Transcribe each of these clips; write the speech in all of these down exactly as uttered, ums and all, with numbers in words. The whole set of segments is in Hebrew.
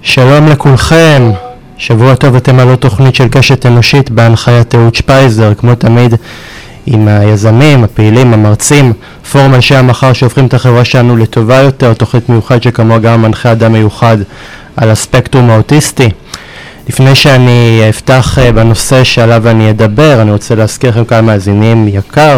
שלום לכולכם, שבוע טוב, אתם על עוד תוכנית של קשת אנושית בהנחיית אהוד שפייזר, כמו תמיד עם היזמים, הפעילים, המרצים, פורום אנשי המחר שהופכים את החברה שלנו לטובה יותר, תוכנית מיוחד שכמוה גם מנחה אדם מיוחד על הספקטרום האוטיסטי. לפני שאני אפתח בנושא שעליו אני אדבר, אני רוצה להזכיר לכם כמה מאזינים יקר,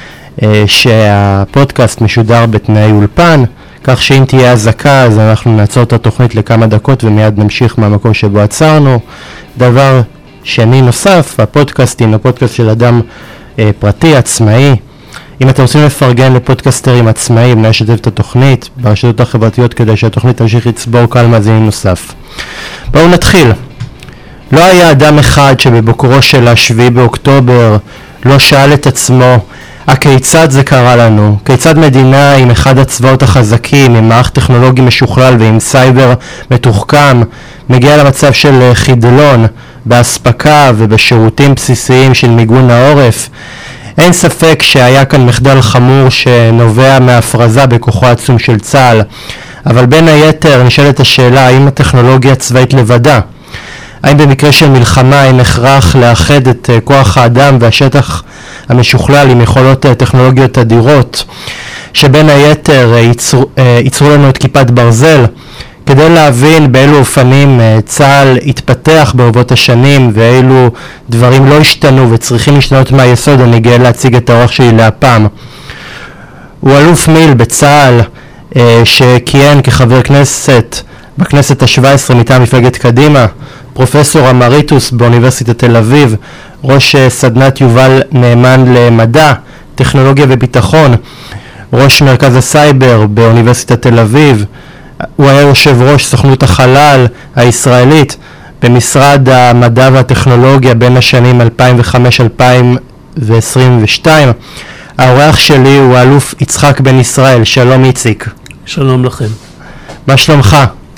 שהפודקאסט משודר בתנאי אולפן, כך שאם תהיה הזקה אז אנחנו נעצור את התוכנית לכמה דקות ומיד נמשיך מהמקום שבו עצרנו. דבר שני נוסף, הפודקאסטים, הפודקאסט של אדם אה, פרטי, עצמאי. אם אתם רוצים לפרגן לפודקאסטרים עצמאיים, נשתף את התוכנית ברשתות החברתיות כדי שהתוכנית תמשיך לצבור קהל מאזינים נוסף. בואו נתחיל. לא היה אדם אחד שבבוקרו של השביעי באוקטובר לא שאל את עצמו, הכיצד זה קרה לנו? כיצד מדינה עם אחד הצבאות החזקים, עם מערך טכנולוגי משוכלל ועם סייבר מתוחכם, מגיע למצב של חידלון בהספקה ובשירותים בסיסיים של מיגון העורף? אין ספק שהיה כאן מחדל חמור שנובע מהפרזה בכוחו העצום של צה"ל, אבל בין היתר נשאלת השאלה האם הטכנולוגיה הצבאית לבדה, האם במקרה של מלחמה אין הכרח לאחד את uh, כוח האדם והשטח המשוכלל עם יכולות uh, טכנולוגיות אדירות, שבין היתר uh, ייצרו, uh, ייצרו לנו את כיפת ברזל, כדי להבין באילו אופנים uh, צה"ל התפתח ברבות השנים ואילו דברים לא השתנו וצריכים להשתנות מהיסוד. אני גאה להציג את האורח שלי להפעם. הוא אלוף מיל בצה"ל uh, שכיהן כחבר כנסת בכנסת השבע עשרה מטעם מפלגת קדימה, פרופסור אמריטוס באוניברסיטת תל אביב, ראש סדנת יובל נאמן למדע, טכנולוגיה וביטחון, ראש מרכז הסייבר באוניברסיטת תל אביב. הוא היה יושב ראש סוכנות החלל הישראלית במשרד המדע והטכנולוגיה בין השנים אלפיים וחמש עד אלפיים עשרים ושתיים. האורח שלי הוא האלוף יצחק בן ישראל. שלום איציק. שלום לכם. מה שלומך?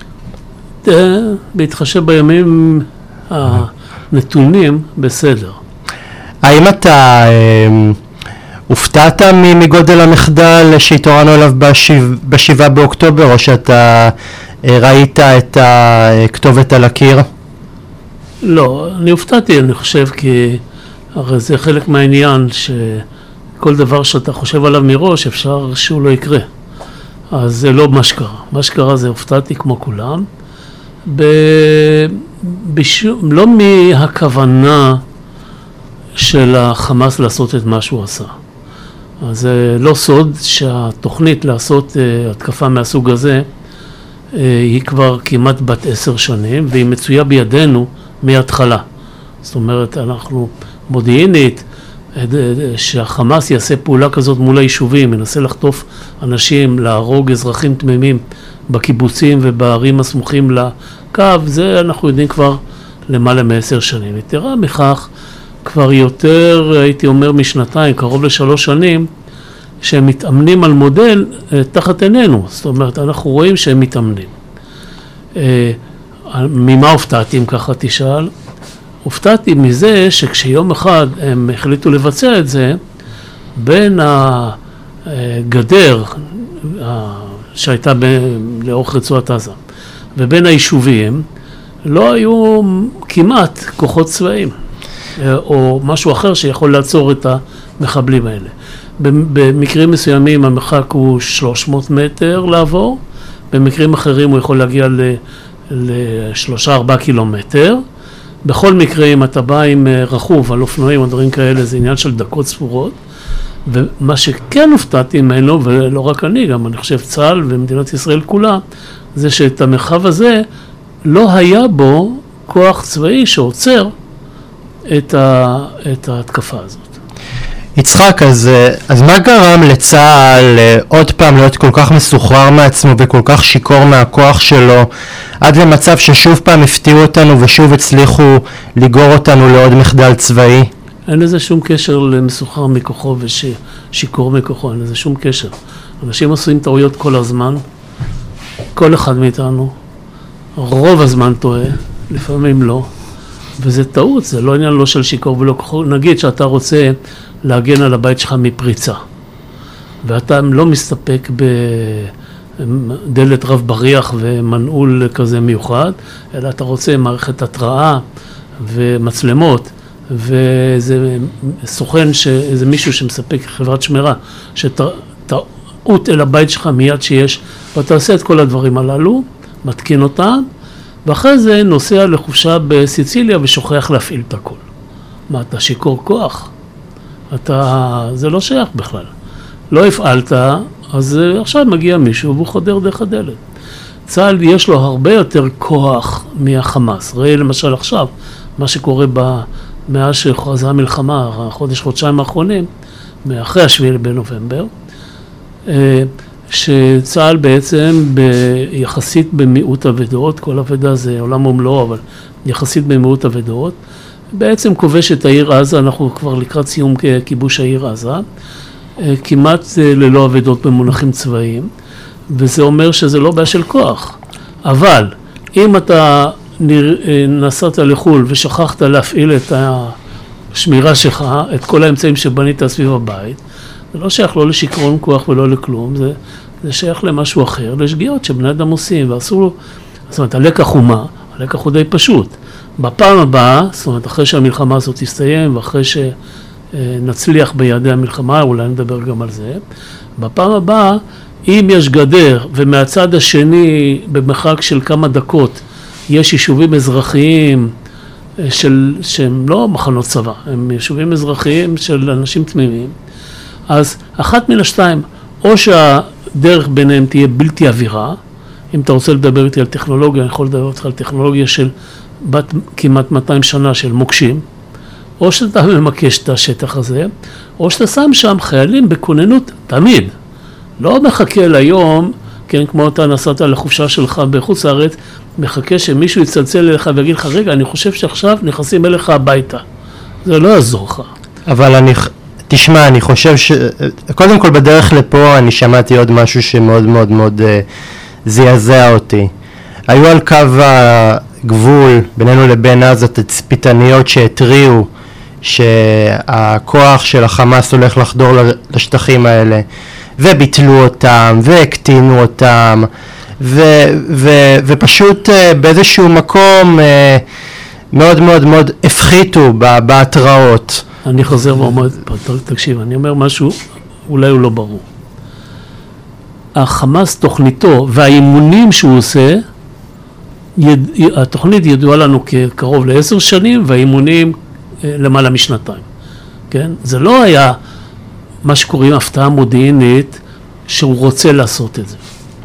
בהתחשב בימים הנתונים בסדר. האם אתה אה, הופתעת מגודל המחדל שהתעוררנו עליו בשבעה באוקטובר, או שאתה אה, ראית את הכתובת על הקיר? לא, אני הופתעתי, אני חושב, כי הרי זה חלק מהעניין שכל דבר שאתה חושב עליו מראש אפשר שהוא לא יקרה. אז זה לא מה שקרה. מה שקרה זה הופתעתי כמו כולם. ב... בשום... לא מהכוונה של החמאס לעשות את מה שהוא עשה. אז זה לא סוד שהתוכנית לעשות uh, התקפה מהסוג הזה uh, היא כבר כמעט בת עשר שנים, והיא מצויה בידינו מההתחלה. זאת אומרת, אנחנו מודיעינית שהחמאס יעשה פעולה כזאת מול היישובים, מנסה לחטוף אנשים, להרוג אזרחים תמימים בקיבוצים ובערים הסמוכים לקו, זה אנחנו יודעים כבר למעלה מעשר שנים. יתרה מכך, כבר יותר, הייתי אומר משנתיים, קרוב לשלוש שנים, שהם מתאמנים על מודל תחת עינינו. זאת אומרת, אנחנו רואים שהם מתאמנים. ממה הופתעתי אם ככה תשאל? הופתעתי מזה שכשיום אחד הם החליטו לבצע את זה, בין הגדר שהייתה לאורך רצועת עזה ובין היישובים לא היו כמעט כוחות צבאיים או משהו אחר שיכול לעצור את המחבלים האלה. במקרים מסוימים המרחק הוא שלוש מאות מטר לעבור, במקרים אחרים הוא יכול להגיע ל-שלושה ארבעה קילומטר. בכל מקרה, אם אתה בא עם רכוב על אופנועים או דברים כאלה, זה עניין של דקות ספורות. ומה שכן הופתעתי ממנו, ולא רק אני, גם אני חושב צה"ל ומדינת ישראל כולה, זה שאת המרחב הזה לא היה בו כוח צבאי שעוצר את, ה, את ההתקפה הזאת. יצחק, אז, אז מה גרם לצה"ל עוד פעם להיות כל כך מסוחרר מעצמו וכל כך שיקור מהכוח שלו, עד למצב ששוב פעם הפתיעו אותנו ושוב הצליחו לגור אותנו לעוד מחדל צבאי? אין לזה שום קשר למסוחרר מכוחו ושיקור מכוחו, אין לזה שום קשר. אנשים עושים טעויות כל הזמן, כל אחד מאיתנו, רוב הזמן טועה, לפעמים לא, וזה טעות, זה לא עניין לא של שיקור ולא כוחו. נגיד שאתה רוצה להגן על הבית שלך מפריצה, ואתה לא מסתפק דלת רב בריח ומנעול כזה מיוחד, אלא אתה רוצה מערכת התראה ומצלמות, וזה סוכן, זה מישהו שמספק חברת שמירה, שתעוט אל הבית שלך מיד שיש, ואתה עושה את כל הדברים הללו, מתקין אותם, ואחרי זה נוסע לחופשה בסיציליה ושוכח להפעיל את הכל. מה, אתה שיקור כוח? אתה, זה לא שייך בכלל. לא הפעלת, אז עכשיו מגיע מישהו והוא חודר דרך הדלת. צה"ל יש לו הרבה יותר כוח מהחמאס. ראי למשל עכשיו, מה שקורה מאז שהוכרזה המלחמה, החודש, חודשיים האחרונים, מאחרי השביעי בנובמבר, שצה"ל בעצם ביחסית במיעוט אבדות, כל אבדה זה עולם ומלואו, אבל יחסית במיעוט אבדות, בעצם כובש את העיר עזה, אנחנו כבר לקראת סיום כיבוש העיר עזה, כמעט ללא אבדות במונחים צבאיים, וזה אומר שזה לא בעיה של כוח. אבל אם אתה נסעת לחול ושכחת להפעיל את השמירה שלך, את כל האמצעים שבנית סביב הבית, זה לא שייך לא לשקרון כוח ולא לכלום, זה, זה שייך למשהו אחר, לשגיאות שבני אדם עושים, ואסור לו, זאת אומרת, הלקח הוא מה? הלקח הוא די פשוט. בפעם הבאה, זאת אומרת, אחרי שהמלחמה הזאת תסתיים, ואחרי שנצליח ביעדי המלחמה, אולי נדבר גם על זה, בפעם הבאה, אם יש גדר, ומהצד השני, במרחק של כמה דקות, יש יישובים אזרחיים, של, שהם לא מחנות צבא, הם יישובים אזרחיים של אנשים תמימים, אז אחת מן השתיים, או שהדרך ביניהם תהיה בלתי אווירה, אם אתה רוצה לדבר איתי על טכנולוגיה, אני יכול לדבר איתך על טכנולוגיה של בת כמעט מאתיים שנה של מוקשים, או שאתה ממקש את השטח הזה, או שאתה שם שם חיילים בכוננות תמיד. לא מחכה ליום, כן, כמו אתה נסעת לחופשה שלך בחוץ לארץ, מחכה שמישהו יצלצל אליך ויגיד לך, רגע, אני חושב שעכשיו נכנסים אליך הביתה. זה לא יעזור לך. אבל אני, תשמע, אני חושב ש... קודם כל בדרך לפה אני שמעתי עוד משהו שמאוד מאוד מאוד uh, זעזע אותי. היו על קו הגבול בינינו לבין עזה תצפיתניות שהתריעו שהכוח של החמאס הולך לחדור לשטחים האלה, וביטלו אותם, והקטינו אותם, ו- ו- ופשוט uh, באיזשהו מקום uh, מאוד מאוד מאוד הפחיתו בהתראות. אני חוזר ואומר, תקשיב, אני אומר משהו, אולי הוא לא ברור. החמאס תוכניתו והאימונים שהוא עושה, יד, התוכנית ידועה לנו כקרוב לעשר שנים, והאימונים למעלה משנתיים. כן? זה לא היה מה שקוראים הפתעה מודיעינית, שהוא רוצה לעשות את זה.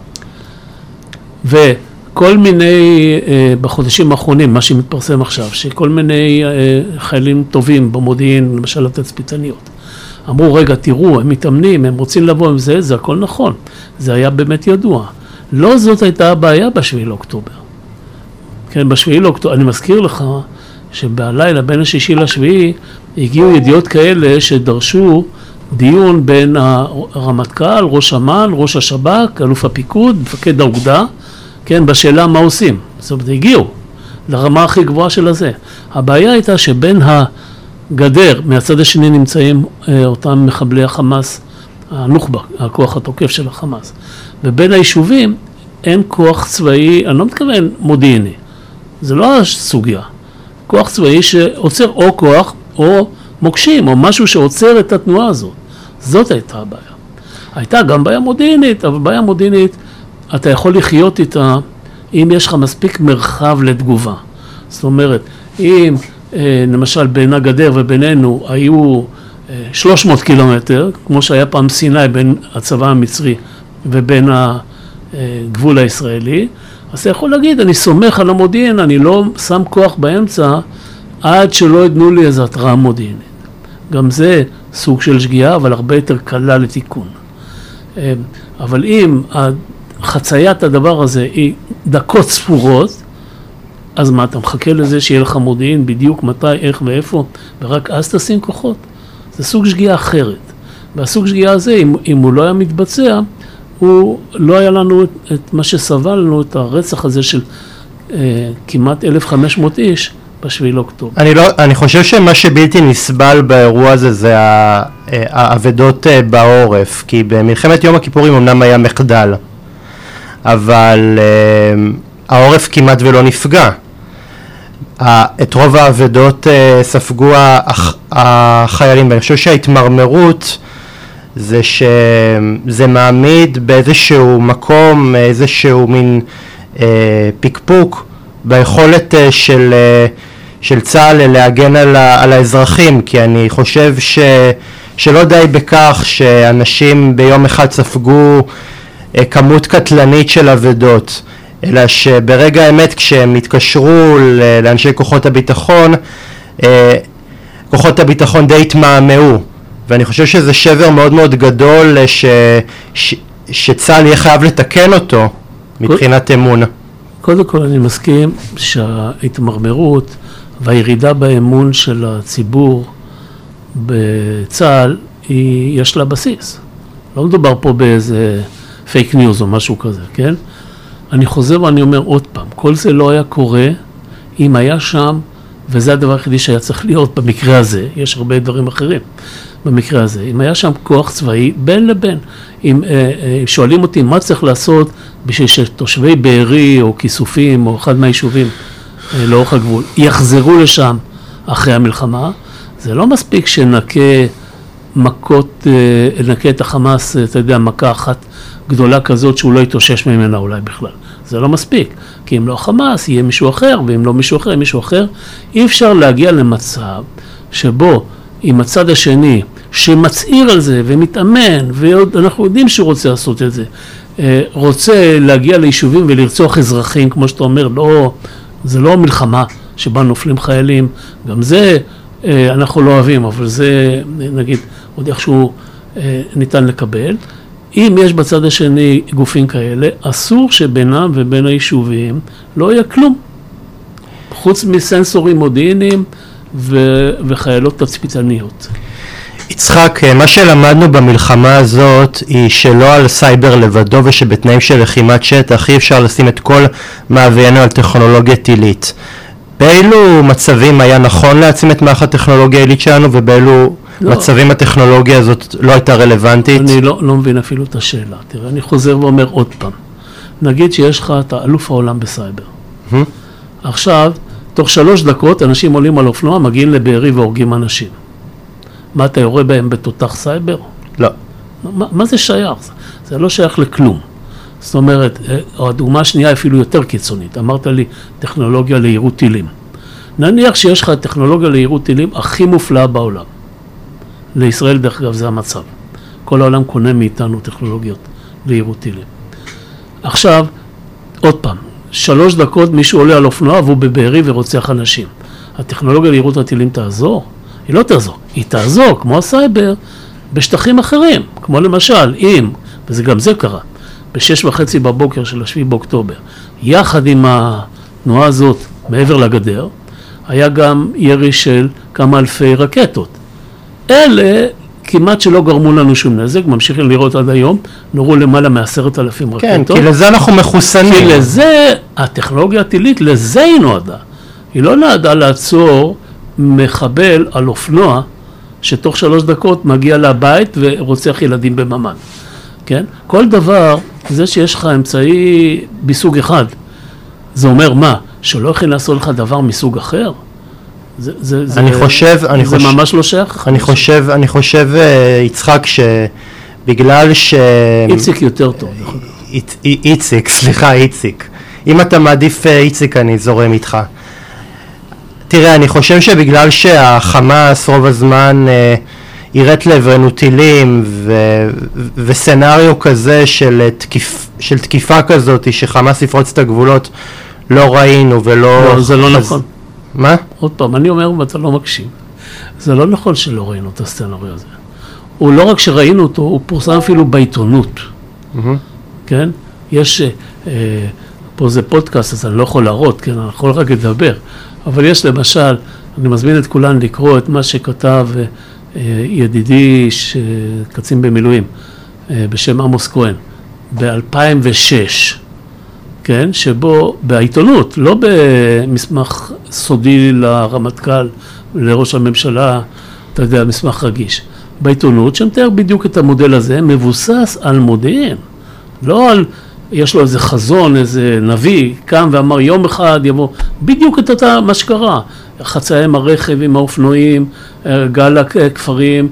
וכל מיני, בחודשים האחרונים, מה שמתפרסם עכשיו, שכל מיני חיילים טובים במודיעין, למשל התצפיתניות, אמרו, רגע, תראו, הם מתאמנים, הם רוצים לבוא עם זה, זה הכל נכון. זה היה באמת ידוע. לא זאת הייתה הבעיה בשביעי לאוקטובר. כן, בשביעי לאוקטובר, אני מזכיר לך שבלילה, בין השישי לשביעי, הגיעו ידיעות כאלה שדרשו דיון בין הרמטכ"ל, ראש אמ"ן, ראש השב"כ, אלוף הפיקוד, מפקד האוגדה, כן, בשאלה מה עושים. זאת אומרת, הגיעו לרמה הכי גבוהה של הזה. הבעיה הייתה שבין הגדר, מהצד השני נמצאים אה, אותם מחבלי החמאס, הנוח'בה, הכוח התוקף של החמאס, ובין היישובים אין כוח צבאי, אני לא מתכוון מודיעיני, זה לא הסוגיה. כוח צבאי שעוצר או כוח או מוקשים, או משהו שעוצר את התנועה הזאת. זאת הייתה הבעיה. הייתה גם בעיה מודיעינית, אבל בעיה מודיעינית, אתה יכול לחיות איתה אם יש לך מספיק מרחב לתגובה. זאת אומרת, אם אה, למשל בין הגדר ובינינו היו אה, שלוש מאות קילומטר, כמו שהיה פעם סיני בין הצבא המצרי ובין הגבול הישראלי, אז אתה יכול להגיד, אני סומך על המודיעין, אני לא שם כוח באמצע, עד שלא יתנו לי איזו התראה מודיעינית. גם זה סוג של שגיאה, אבל הרבה יותר קלה לתיקון. אבל אם חציית הדבר הזה היא דקות ספורות, אז מה, אתה מחכה לזה שיהיה לך מודיעין בדיוק מתי, איך ואיפה, ורק אז תשים כוחות? זה סוג שגיאה אחרת. והסוג שגיאה הזה, אם, אם הוא לא היה מתבצע, הוא לא היה לנו את, את מה שסבל לנו, את הרצח הזה של אה, כמעט אלף וחמש מאות איש בשביעי לאוקטובר. אני, לא, אני חושב שמה שבלתי נסבל באירוע הזה זה האבדות בעורף, כי במלחמת יום הכיפורים אמנם היה מחדל, אבל uh, העורף כמעט ולא נפגע. Uh, את רוב העבודות uh, ספגו הח, החיילים, ואני חושב שההתמרמרות זה שזה מעמיד באיזשהו מקום, איזשהו מין uh, פיקפוק ביכולת uh, של, uh, של צה"ל להגן על, ה, על האזרחים, כי אני חושב ש, שלא די בכך שאנשים ביום אחד ספגו uh, כמות קטלנית של עבודות, אלא שברגע האמת כשהם התקשרו לאנשי כוחות הביטחון, כוחות הביטחון די התמהמהו, ואני חושב שזה שבר מאוד מאוד גדול ש... ש... שצה"ל יהיה חייב לתקן אותו מבחינת אמון. קודם כל אני מסכים שההתמרמרות והירידה באמון של הציבור בצה"ל היא, יש לה בסיס. לא מדובר פה באיזה פייק ניוז או משהו כזה, כן? אני חוזר ואני אומר עוד פעם, כל זה לא היה קורה אם היה שם, וזה הדבר היחידי שהיה צריך להיות במקרה הזה, יש הרבה דברים אחרים במקרה הזה, אם היה שם כוח צבאי בין לבין, אם אה, אה, שואלים אותי מה צריך לעשות בשביל שתושבי בארי או כיסופים או אחד מהיישובים אה, לאורך הגבול יחזרו לשם אחרי המלחמה, זה לא מספיק שנקה מכות, אה, נקה את החמאס, אתה יודע, מכה אחת גדולה כזאת שהוא לא יתאושש ממנה אולי בכלל. זה לא מספיק, כי אם לא חמאס יהיה מישהו אחר, ואם לא מישהו אחר, מישהו אחר. אי אפשר להגיע למצב שבו עם הצד השני שמצעיר על זה ומתאמן, ואנחנו יודעים שהוא רוצה לעשות את זה, רוצה להגיע ליישובים ולרצוח אזרחים, כמו שאתה אומר, לא, זה לא מלחמה שבה נופלים חיילים, גם זה אנחנו לא אוהבים, אבל זה נגיד עוד איכשהו ניתן לקבל. אם יש בצד השני גופים כאלה, אסור שבינם ובין היישובים לא יהיה כלום. חוץ מסנסורים מודיעיניים ו- וחיילות תצפיתניות. יצחק, מה שלמדנו במלחמה הזאת היא שלא על סייבר לבדו ושבתנאים של לחימת שטח אי אפשר לשים את כל מאוויינו על טכנולוגיה טילית. באילו מצבים היה נכון להעצים את מערך הטכנולוגיה העילית שלנו ובאילו לא. מצבים הטכנולוגיה הזאת לא הייתה רלוונטית? אני לא, לא מבין אפילו את השאלה. תראה, אני חוזר ואומר עוד פעם. נגיד שיש לך את האלוף העולם בסייבר. Hmm? עכשיו, תוך שלוש דקות אנשים עולים על אופנוע, מגיעים לבארי והורגים אנשים. מה, אתה יורה בהם בתותח סייבר? לא. מה, מה זה שייך? זה, זה לא שייך לכלום. זאת אומרת, הדוגמה השנייה אפילו יותר קיצונית. אמרת לי, טכנולוגיה ליירוט טילים. נניח שיש לך טכנולוגיה ליירוט טילים הכי מופלאה בעולם. לישראל דרך אגב זה המצב. כל העולם קונה מאיתנו טכנולוגיות ליירוט טילים. עכשיו, עוד פעם, שלוש דקות מישהו עולה על אופנוע והוא בבארי ורוצח אנשים. הטכנולוגיה ליירוט הטילים תעזור? היא לא תעזור. היא תעזור, כמו הסייבר, בשטחים אחרים. כמו למשל, אם, וזה גם זה קרה, בשש וחצי בבוקר של השביעי באוקטובר, יחד עם התנועה הזאת מעבר לגדר, היה גם ירי של כמה אלפי רקטות. אלה כמעט שלא גרמו לנו שום נזק, ממשיכים לראות עד היום, נורו למעלה מעשרת אלפים רקטות. כן, כי לזה אנחנו מחוסנים. כי לזה, הטכנולוגיה הטילית, לזה היא נועדה. היא לא נועדה לעצור מחבל על אופנוע, שתוך שלוש דקות מגיע לבית ורוצח ילדים בממן. כן? כל דבר, זה שיש לך אמצעי בסוג אחד, זה אומר מה? שלא יכולים לעשות לך דבר מסוג אחר? זה, זה, אני זה, חושב, זה אני חושב, ממש לא שייך. אני חושב, אני חושב, יצחק, שבגלל ש... איציק יותר טוב. איציק, סליחה, איציק. אם אתה מעדיף איציק, אני זורם איתך. תראה, אני חושב שבגלל שהחמאס רוב הזמן יראת לעברנו טילים ו- וסנריו כזה של, תקיפ, של תקיפה כזאת, שחמאס יפרוץ את הגבולות, לא ראינו ולא... לא, זה לא אז... נכון. מה? עוד פעם, אני אומר ואתה לא מקשיב. זה לא נכון שלא ראינו את הסצנריו הזה. הוא לא רק שראינו אותו, הוא פורסם אפילו בעיתונות. Mm-hmm. כן? יש, אה, פה זה פודקאסט, אז אני לא יכול להראות, כן? אני יכול רק לדבר. אבל יש למשל, אני מזמין את כולן לקרוא את מה שכתב אה, ידידי קצין במילואים, אה, בשם עמוס כהן, ב-אלפיים ושש. כן, שבו בעיתונות, לא במסמך סודי לרמטכ"ל, לראש הממשלה, אתה יודע, מסמך רגיש. בעיתונות, שמתאר בדיוק את המודל הזה, מבוסס על מודיעין, לא על יש לו איזה חזון, איזה נביא, קם ואמר יום אחד יבוא, בדיוק את אותה מה שקרה, חצאי עם הרכב, עם האופנועים, גל הכפרים,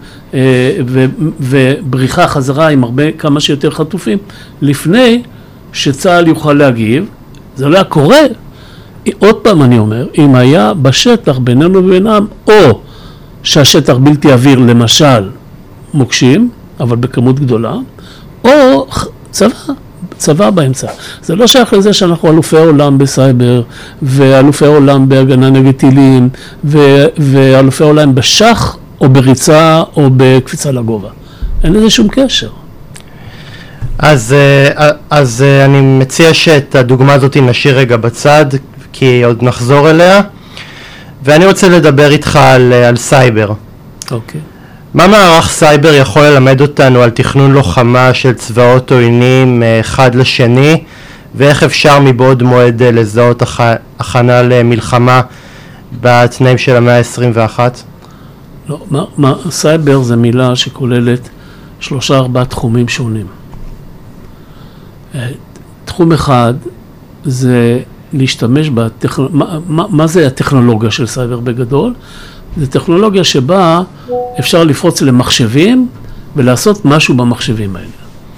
ובריחה חזרה עם הרבה, כמה שיותר חטופים, לפני שצה"ל יוכל להגיב. זה לא היה קורה, עוד פעם אני אומר, אם היה בשטח בינינו ובינם, או שהשטח בלתי אוויר, למשל מוקשים, אבל בכמות גדולה, או צבא, צבא באמצע. זה לא שייך לזה שאנחנו אלופי העולם בסייבר, ואלופי העולם בהגנה נגד טילים, ו- ואלופי העולם בשח, או בריצה, או בקפיצה לגובה. אין לזה שום קשר. אז, אז אני מציע שאת הדוגמה הזאת נשאיר רגע בצד, כי עוד נחזור אליה, ואני רוצה לדבר איתך על, על סייבר. אוקיי. מה מערך סייבר יכול ללמד אותנו על תכנון לוחמה של צבאות עוינים אחד לשני, ואיך אפשר מבעוד מועד לזהות הכנה למלחמה בתנאים של המאה ה-עשרים ואחת? לא, מה, מה, סייבר זה מילה שכוללת שלושה ארבעה תחומים שונים. תחום אחד זה להשתמש בטכנולוגיה, מה, מה, מה זה הטכנולוגיה של סייבר בגדול? זה טכנולוגיה שבה אפשר לפרוץ למחשבים ולעשות משהו במחשבים האלה.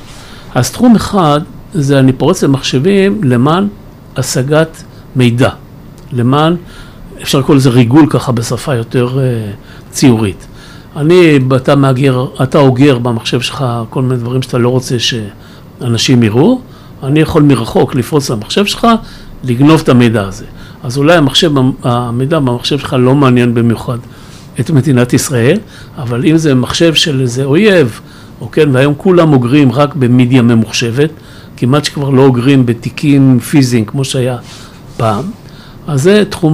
אז תחום אחד זה אני פורץ למחשבים למען השגת מידע, למען, אפשר לקרוא לזה ריגול ככה בשפה יותר uh, ציורית. אני, אתה מאגר, אתה אוגר במחשב שלך כל מיני דברים שאתה לא רוצה שאנשים יראו, אני יכול מרחוק לפרוץ למחשב שלך, לגנוב את המידע הזה. אז אולי המחשב, המידע במחשב שלך לא מעניין במיוחד את מדינת ישראל, אבל אם זה מחשב של איזה אויב, או כן, והיום כולם אוגרים רק במדיה ממוחשבת, כמעט שכבר לא אוגרים בתיקים פיזיים כמו שהיה פעם, אז זה תחום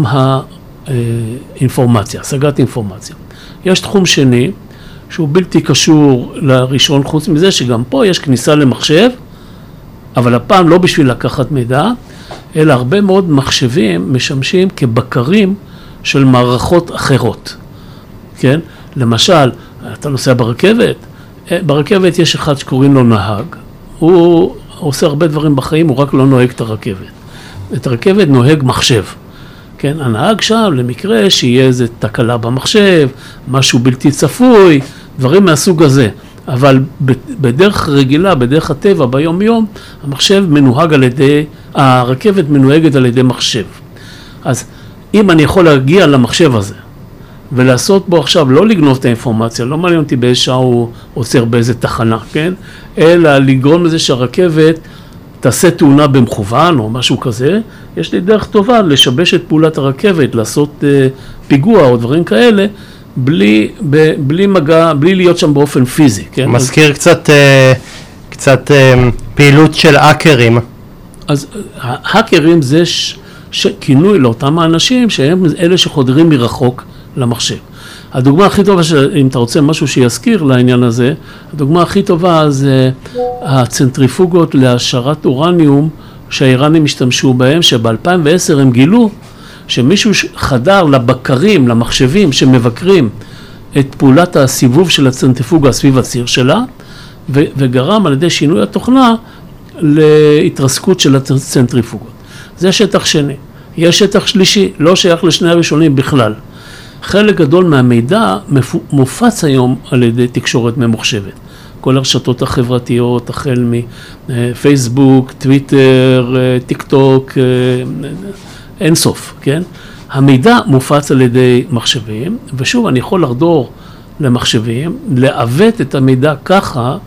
האינפורמציה, השגת אינפורמציה. יש תחום שני, שהוא בלתי קשור לראשון, חוץ מזה שגם פה יש כניסה למחשב, אבל הפעם לא בשביל לקחת מידע, אלא הרבה מאוד מחשבים משמשים כבקרים של מערכות אחרות. כן? למשל, אתה נוסע ברכבת, ברכבת יש אחד שקוראים לו נהג, הוא עושה הרבה דברים בחיים, הוא רק לא נוהג את הרכבת. את הרכבת נוהג מחשב. כן? הנהג שם למקרה שיהיה איזו תקלה במחשב, משהו בלתי צפוי, דברים מהסוג הזה. אבל בדרך רגילה, בדרך הטבע, ביום יום, המחשב מנוהג על ידי, הרכבת מנוהגת על ידי מחשב. אז אם אני יכול להגיע למחשב הזה, ולעשות בו עכשיו, לא לגנוב את האינפורמציה, לא מעניין אותי באיזה שעה הוא עוצר באיזה תחנה, כן? אלא לגרום לזה שהרכבת תעשה תאונה במכוון או משהו כזה, יש לי דרך טובה לשבש את פעולת הרכבת, לעשות uh, פיגוע או דברים כאלה, בלי, ב, בלי מגע, בלי להיות שם באופן פיזי, כן? מזכיר אז, קצת, uh, קצת uh, פעילות של האקרים. אז האקרים זה ש, ש, כינוי לאותם האנשים שהם אלה שחודרים מרחוק למחשב. הדוגמה הכי טובה, אם אתה רוצה משהו שיזכיר לעניין הזה, הדוגמה הכי טובה זה הצנטריפוגות להשארת אורניום שהאיראנים השתמשו בהם, שב-אלפיים ועשר הם גילו שמישהו חדר לבקרים, למחשבים שמבקרים את פעולת הסיבוב של הצנטריפוגה סביב הציר שלה, ו- וגרם על ידי שינוי התוכנה להתרסקות של הצנטריפוגות. זה שטח שני. יש שטח שלישי, לא שייך לשני הראשונים בכלל. חלק גדול מהמידע מופץ היום על ידי תקשורת ממוחשבת. כל הרשתות החברתיות, החל מפייסבוק, טוויטר, טיק טוק, אין סוף, כן? המידע מופץ על ידי מחשבים, ושוב, אני יכול לחדור למחשבים, לעוות את המידע ככה,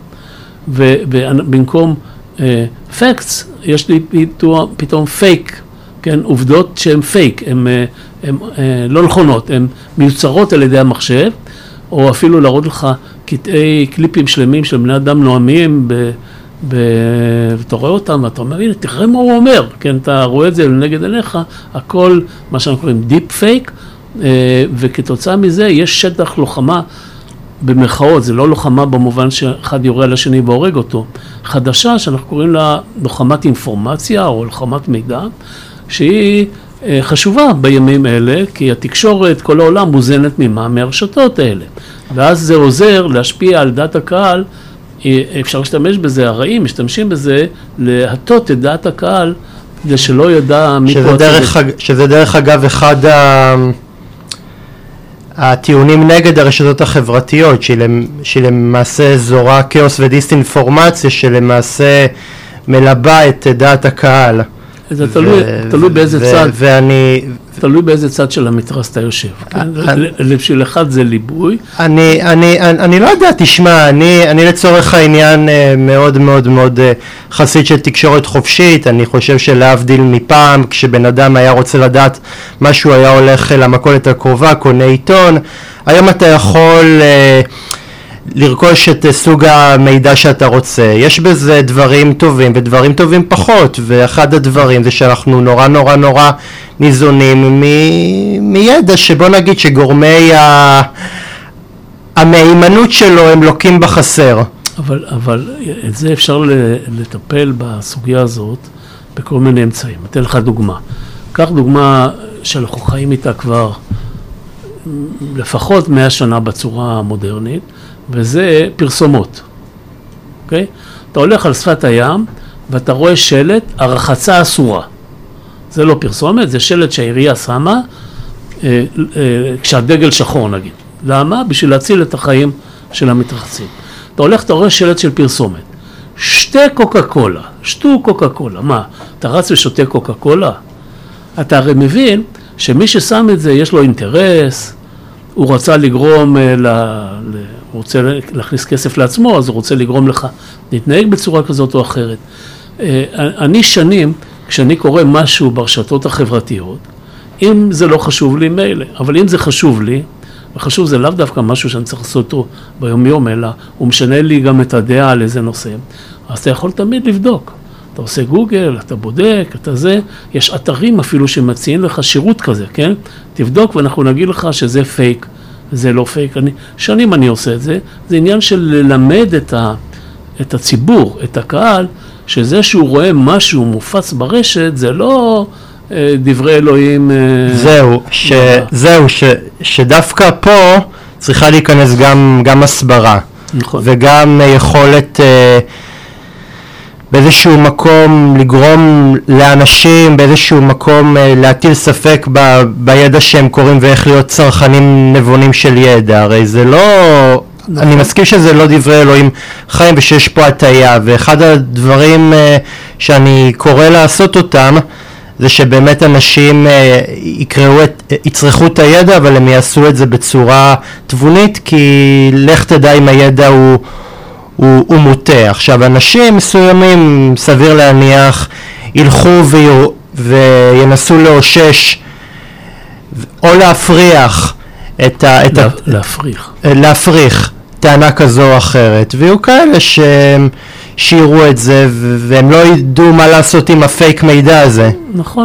ובמקום facts, יש לי פתאום, פתאום פייק, כן? עובדות שהן פייק, הן הן לא נכונות, הן מיוצרות על ידי המחשב, או אפילו להראות לך קטעי קליפים שלמים של בני אדם נועמים, ב, ב, ואתה רואה אותם, ואתה אומר, הנה, תראה מה הוא אומר, כן, אתה רואה את זה לנגד עיניך, הכל, מה שאנחנו קוראים דיפ פייק, וכתוצאה מזה יש שטח לוחמה, במרכאות, זה לא לוחמה במובן שאחד יורה על השני והורג אותו, חדשה שאנחנו קוראים לה לוחמת אינפורמציה, או לוחמת מידע, שהיא חשובה בימים אלה, כי התקשורת, כל העולם מוזנת ממה מהרשתות האלה. ואז זה עוזר להשפיע על דעת הקהל אפשר להשתמש בזה, הרעים משתמשים בזה להטות את דעת הקהל, כדי שלא ידע מי פה הצדק. שזה דרך אגב אחד ה... הטיעונים נגד הרשתות החברתיות, שלמעשה זורה כאוס ודיסאינפורמציה, שלמעשה מלבה את דעת הקהל. זה תלוי באיזה צד, ואני... תלוי באיזה צד של המתרס אתה יושב. בשביל אחד זה ליבוי. אני לא יודע, תשמע, אני לצורך העניין מאוד מאוד מאוד חסיד של תקשורת חופשית. אני חושב שלהבדיל מפעם, כשבן אדם היה רוצה לדעת משהו, היה הולך למכולת הקרובה, קונה עיתון. היום אתה יכול לרכוש את סוג המידע שאתה רוצה. יש בזה דברים טובים ודברים טובים פחות, ואחד הדברים זה שאנחנו נורא נורא נורא ניזונים מ- מידע שבוא נגיד שגורמי ה- המהימנות שלו הם לוקים בחסר. אבל, אבל את זה אפשר לטפל בסוגיה הזאת בכל מיני אמצעים. אתן לך דוגמה. קח דוגמה שאנחנו חיים איתה כבר לפחות מאה שנה בצורה המודרנית, וזה פרסומות, אוקיי? אתה הולך על שפת הים ואתה רואה שלט, הרחצה אסורה. זה לא פרסומת, זה שלט שהעירייה שמה אה, אה, כשהדגל שחור נגיד. למה? בשביל להציל את החיים של המתרחצים. אתה הולך, אתה רואה שלט של פרסומת. שתי קוקה קולה, שתו קוקה קולה. מה? אתה רץ ושותה קוקה קולה? אתה הרי מבין שמי ששם את זה יש לו אינטרס, הוא רצה לגרום, ל, ל, הוא רוצה להכניס כסף לעצמו, אז הוא רוצה לגרום לך להתנהג בצורה כזאת או אחרת. אני שנים, כשאני קורא משהו ברשתות החברתיות, אם זה לא חשוב לי מילא, אבל אם זה חשוב לי, וחשוב זה לאו דווקא משהו שאני צריך לעשות אותו ביום יום, אלא הוא משנה לי גם את הדעה על איזה נושא, אז אתה יכול תמיד לבדוק. אתה עושה גוגל, אתה בודק, אתה זה, יש אתרים אפילו שמציעים לך שירות כזה, כן? תבדוק ואנחנו נגיד לך שזה פייק, זה לא פייק. אני, שנים אני עושה את זה, זה עניין של ללמד את, ה, את הציבור, את הקהל, שזה שהוא רואה משהו מופץ ברשת, זה לא אה, דברי אלוהים. אה, זהו, ש, זהו ש, שדווקא פה צריכה להיכנס גם, גם הסברה, נכון. וגם יכולת... אה, באיזשהו מקום לגרום לאנשים, באיזשהו מקום להטיל ספק ב, בידע שהם קוראים ואיך להיות צרכנים נבונים של ידע. הרי זה לא, נכון. אני מסכים שזה לא דברי אלוהים חיים ושיש פה הטעיה, ואחד הדברים שאני קורא לעשות אותם, זה שבאמת אנשים יקראו את, יצרכו את הידע, אבל הם יעשו את זה בצורה תבונית, כי לך תדע אם הידע הוא... הוא, הוא מוטה. עכשיו, אנשים מסוימים, סביר להניח, ילכו ויר, וינסו לאושש, או להפריח את ה... את לה, ה להפריך. להפריך טענה כזו או אחרת. ויהיו כאלה ש, שיראו את זה, והם לא ידעו מה לעשות עם הפייק מידע הזה. נכון.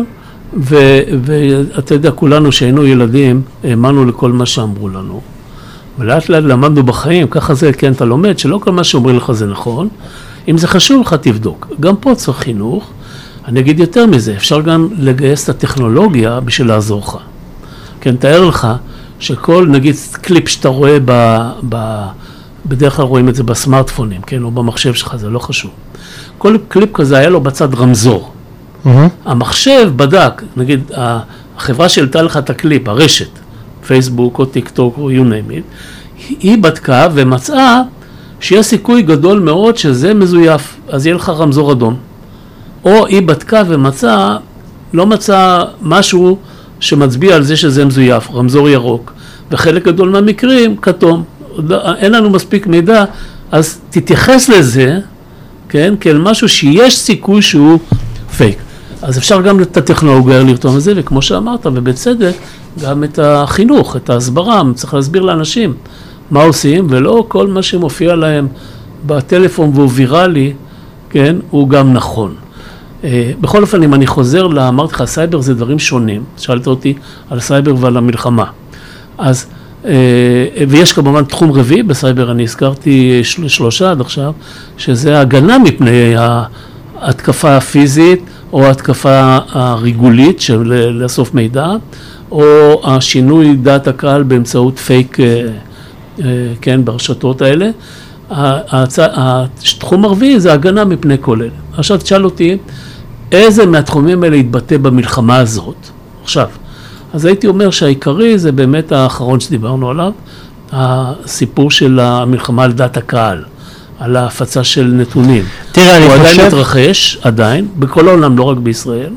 ואתה יודע, כולנו שהיינו ילדים, האמנו לכל מה שאמרו לנו. ולאט לאט למדנו בחיים, ככה זה, כן, אתה לומד, שלא כל מה שאומרים לך זה נכון. אם זה חשוב לך, תבדוק. גם פה צריך חינוך. אני אגיד יותר מזה, אפשר גם לגייס את הטכנולוגיה בשביל לעזור לך. כן, תאר לך שכל, נגיד, קליפ שאתה רואה ב... ב בדרך כלל רואים את זה בסמארטפונים, כן, או במחשב שלך, זה לא חשוב. כל קליפ כזה היה לו בצד רמזור. Mm-hmm. המחשב בדק, נגיד, החברה שהעלתה לך את הקליפ, הרשת, פייסבוק או טיק טוק או you name it, היא בדקה ומצאה שיש סיכוי גדול מאוד שזה מזויף, אז יהיה לך רמזור אדום. או היא בדקה ומצאה, לא מצאה משהו שמצביע על זה שזה מזויף, רמזור ירוק, וחלק גדול מהמקרים כתום. אין לנו מספיק מידע, אז תתייחס לזה, כן, כאל משהו שיש סיכוי שהוא פייק. אז אפשר גם את הטכנולוגיה לרתום את זה, וכמו שאמרת, ובצדק, גם את החינוך, את ההסברה, צריך להסביר לאנשים מה עושים, ולא כל מה שמופיע להם בטלפון והוא ויראלי, כן, הוא גם נכון. בכל אופן, אם אני חוזר, אמרתי לך, סייבר זה דברים שונים, שאלת אותי על סייבר ועל המלחמה. אז, ויש כמובן תחום רביעי בסייבר, אני הזכרתי שלושה עד עכשיו, שזה הגנה מפני ההתקפה הפיזית, או ההתקפה הריגולית של לאסוף מידע, או השינוי דעת הקהל באמצעות פייק, כן, ברשתות האלה. התחום הרביעי זה הגנה מפני כל אלה. עכשיו תשאל אותי, איזה מהתחומים האלה יתבטא במלחמה הזאת? עכשיו, אז הייתי אומר שהעיקרי זה באמת האחרון שדיברנו עליו, הסיפור של המלחמה על דעת הקהל, על ההפצה של נתונים. תראה, אני חושב... הוא עדיין מתרחש, עדיין, בכל העולם, לא רק בישראל,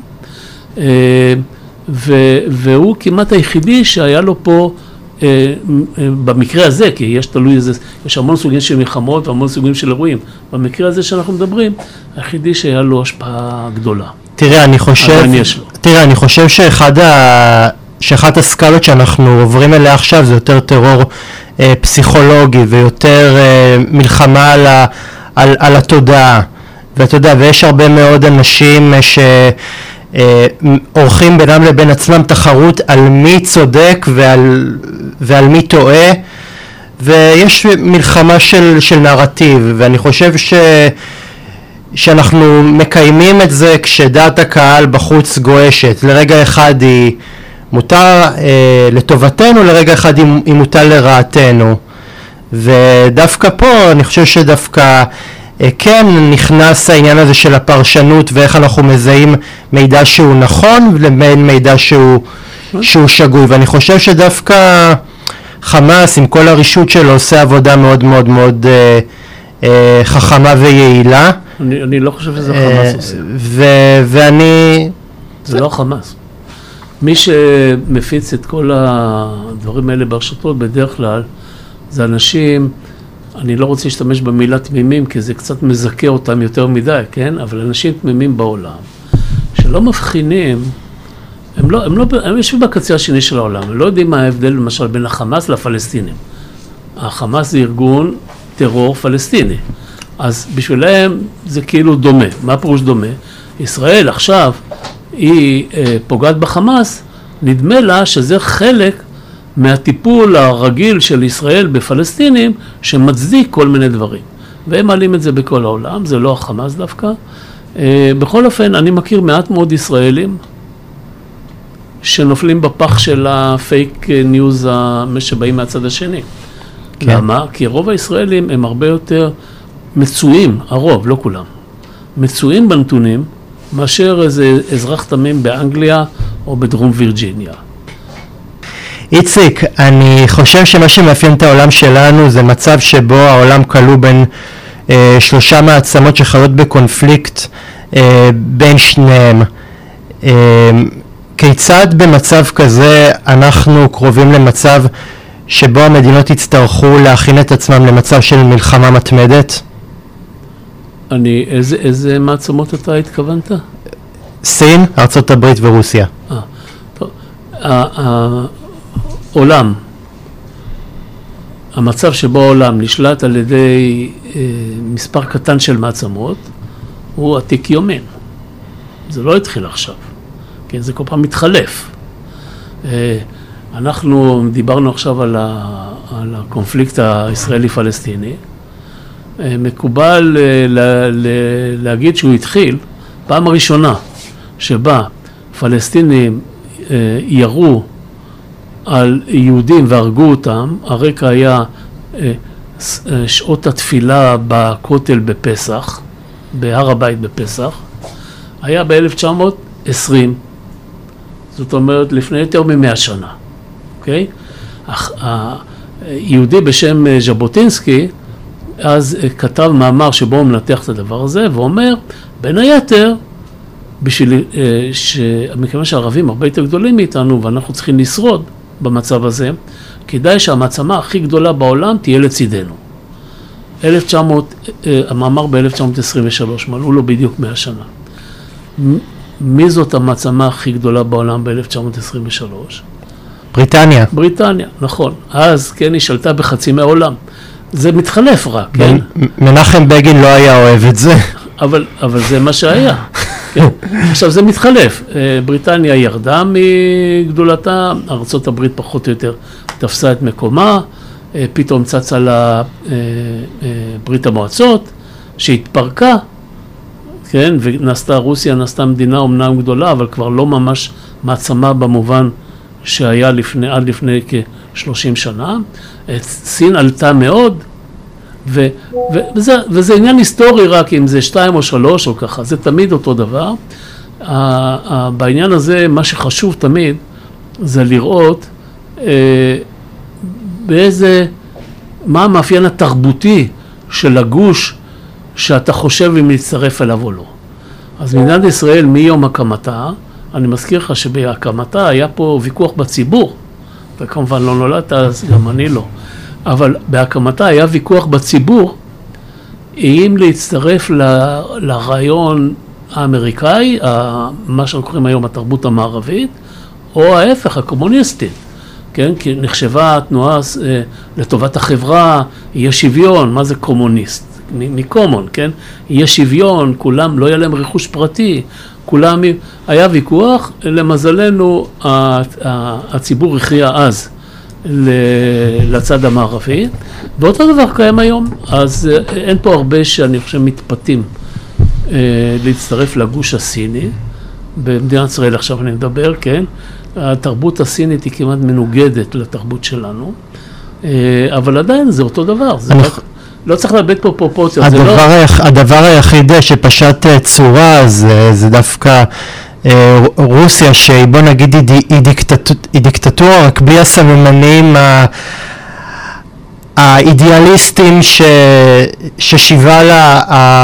ו- והוא כמעט היחידי שהיה לו פה, במקרה הזה, כי יש תלוי איזה, יש המון סוגים של מלחמות והמון סוגים של אירועים, במקרה הזה שאנחנו מדברים, היחידי שהיה לו השפעה גדולה. תראה, אני חושב, תראה, אני חושב שאחד ה... שאחת הסקלות שאנחנו עוברים אליה עכשיו זה יותר טרור אה, פסיכולוגי ויותר אה, מלחמה על, ה, על, על התודעה. ואתה יודע, ויש הרבה מאוד אנשים שעורכים בינם לבין עצמם תחרות על מי צודק ועל, ועל מי טועה, ויש מלחמה של, של נרטיב, ואני חושב ש... שאנחנו מקיימים את זה כשדעת הקהל בחוץ גועשת. לרגע אחד היא מותר אה, לטובתנו, לרגע אחד היא, היא מותר לרעתנו. ודווקא פה אני חושב שדווקא אה, כן נכנס העניין הזה של הפרשנות ואיך אנחנו מזהים מידע שהוא נכון לבין מידע שהוא, שהוא שגוי. ואני חושב שדווקא חמאס עם כל הרישות שלו עושה עבודה מאוד מאוד מאוד אה, אה, חכמה ויעילה. אני, אני לא חושב שזה חמאס עושה. ו- ואני... זה לא חמאס. מי שמפיץ את כל הדברים האלה ברשתות בדרך כלל, זה אנשים, אני לא רוצה להשתמש במילה תמימים, כי זה קצת מזכה אותם יותר מדי, כן? אבל אנשים תמימים בעולם, שלא מבחינים, הם לא, הם לא, הם יושבים בקצה השני של העולם, הם לא יודעים מה ההבדל למשל בין החמאס לפלסטינים. החמאס זה ארגון טרור פלסטיני. אז בשבילם זה כאילו דומה. מה פירוש דומה? ישראל עכשיו היא אה, פוגעת בחמאס, נדמה לה שזה חלק מהטיפול הרגיל של ישראל בפלסטינים שמצדיק כל מיני דברים. והם מעלים את זה בכל העולם, זה לא החמאס דווקא. אה, בכל אופן, אני מכיר מעט מאוד ישראלים שנופלים בפח של הפייק ניוז שבאים מהצד השני. כן. למה? כי רוב הישראלים הם הרבה יותר מצויים, הרוב, לא כולם, מצויים בנתונים, מאשר איזה אזרח תמים באנגליה או בדרום וירג'יניה. איציק, אני חושב שמה שמאפיין את העולם שלנו זה מצב שבו העולם כלוא בין אה, שלושה מעצמות שחיות בקונפליקט אה, בין שניהם. אה, כיצד במצב כזה אנחנו קרובים למצב שבו המדינות יצטרכו להכין את עצמם למצב של מלחמה מתמדת? אני, איזה, איזה מעצמות אתה התכוונת? סין, ארצות הברית ורוסיה. אה, טוב. העולם, המצב שבו העולם נשלט על ידי אה, מספר קטן של מעצמות, הוא עתיק יומין. זה לא התחיל עכשיו. כן, זה כל פעם מתחלף. אה, אנחנו דיברנו עכשיו על, ה, על הקונפליקט הישראלי-פלסטיני. מקובל לה, לה, להגיד שהוא התחיל פעם הראשונה שבה פלסטינים ירו על יהודים והרגו אותם. הרקע היה שעות התפילה בכותל בפסח, בהר הבית בפסח, היה ב-אלף תשע מאות עשרים, זאת אומרת לפני יותר ממאה שנה, אוקיי? היהודי בשם ז'בוטינסקי אז כתב מאמר שבו הוא מנתח את הדבר הזה ואומר, בין היתר, בשביל, מכיוון שהערבים הרבה יותר גדולים מאיתנו ואנחנו צריכים לשרוד במצב הזה, כדאי שהמעצמה הכי גדולה בעולם תהיה לצידנו. אלף תשע מאות, המאמר ב-אלף תשע מאות עשרים ושלוש, מלאו לו בדיוק מאה שנה. מי זאת המעצמה הכי גדולה בעולם ב-אלף תשע מאות עשרים ושלוש? בריטניה. בריטניה, נכון. אז כן, היא שלטה בחצי מהעולם. זה מתחלף רק, כן? מנחם בגין לא היה אוהב את זה. אבל, אבל זה מה שהיה. כן? עכשיו זה מתחלף. בריטניה ירדה מגדולתה, ארצות הברית פחות או יותר תפסה את מקומה, פתאום צצה לה ברית המועצות, שהתפרקה, כן? ונעשתה רוסיה, נעשתה מדינה אומנם גדולה, אבל כבר לא ממש מעצמה במובן שהיה לפני, עד לפני כ-שלושים שנה. סין עלתה מאוד, ו, וזה, וזה עניין היסטורי רק אם זה שתיים או שלוש או ככה, זה תמיד אותו דבר. בעניין הזה מה שחשוב תמיד זה לראות באיזה, מה המאפיין התרבותי של הגוש שאתה חושב אם להצטרף אליו או לא. אז מדינת ישראל מיום הקמתה, אני מזכיר לך שבהקמתה היה פה ויכוח בציבור, וכמובן לא נולדת אז גם אני לא, אבל בהקמתה היה ויכוח בציבור אם להצטרף ל, לרעיון האמריקאי, מה שאנחנו קוראים היום התרבות המערבית, או ההפך, הקומוניסטית, כן? כי נחשבה התנועה לטובת החברה, יהיה שוויון, מה זה קומוניסט? מקומון, כן? יהיה שוויון, כולם, לא יהיה להם רכוש פרטי, כולם, היה ויכוח, למזלנו הציבור הכריע אז לצד המערבי, ואותו דבר קיים היום, אז אין פה הרבה שאני חושב מתפתים להצטרף לגוש הסיני, במדינת ישראל עכשיו אני מדבר, כן? התרבות הסינית היא כמעט מנוגדת לתרבות שלנו, אבל עדיין זה אותו דבר, זה לא, לא צריך לאבד פה פרופורציות. הדבר, לא... היח, הדבר היחיד שפשט צורה זה, זה דווקא רוסיה, שבוא נגיד היא, היא, דיקטט, היא דיקטטורה, רק בלי הסממנים ה... האידיאליסטים ש... ששיבה לה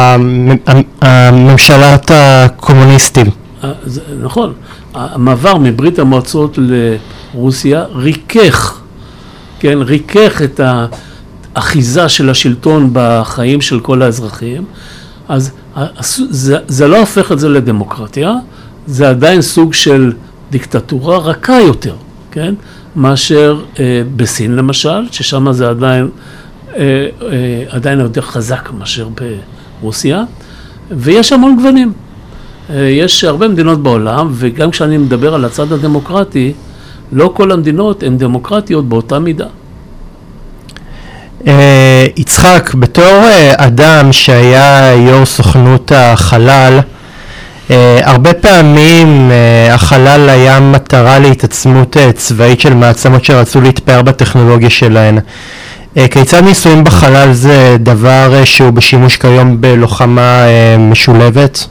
הממשלת הקומוניסטים. זה, נכון, המעבר מברית המועצות לרוסיה ריכך, כן, ריכך את האחיזה של השלטון בחיים של כל האזרחים, אז זה, זה לא הופך את זה לדמוקרטיה, זה עדיין סוג של דיקטטורה רכה יותר, כן? מאשר אה, בסין למשל, ששם זה עדיין, אה, אה, עדיין יותר חזק מאשר ברוסיה, ויש המון גוונים. אה, יש הרבה מדינות בעולם, וגם כשאני מדבר על הצד הדמוקרטי, לא כל המדינות הן דמוקרטיות באותה מידה. אה, יצחק, בתור אה, אדם שהיה יו"ר סוכנות החלל, Uh, הרבה פעמים uh, החלל היה מטרה להתעצמות uh, צבאית של מעצמות שרצו להתפאר בטכנולוגיה שלהן. Uh, כיצד ניסויים בחלל זה דבר uh, שהוא בשימוש כיום בלוחמה uh, משולבת?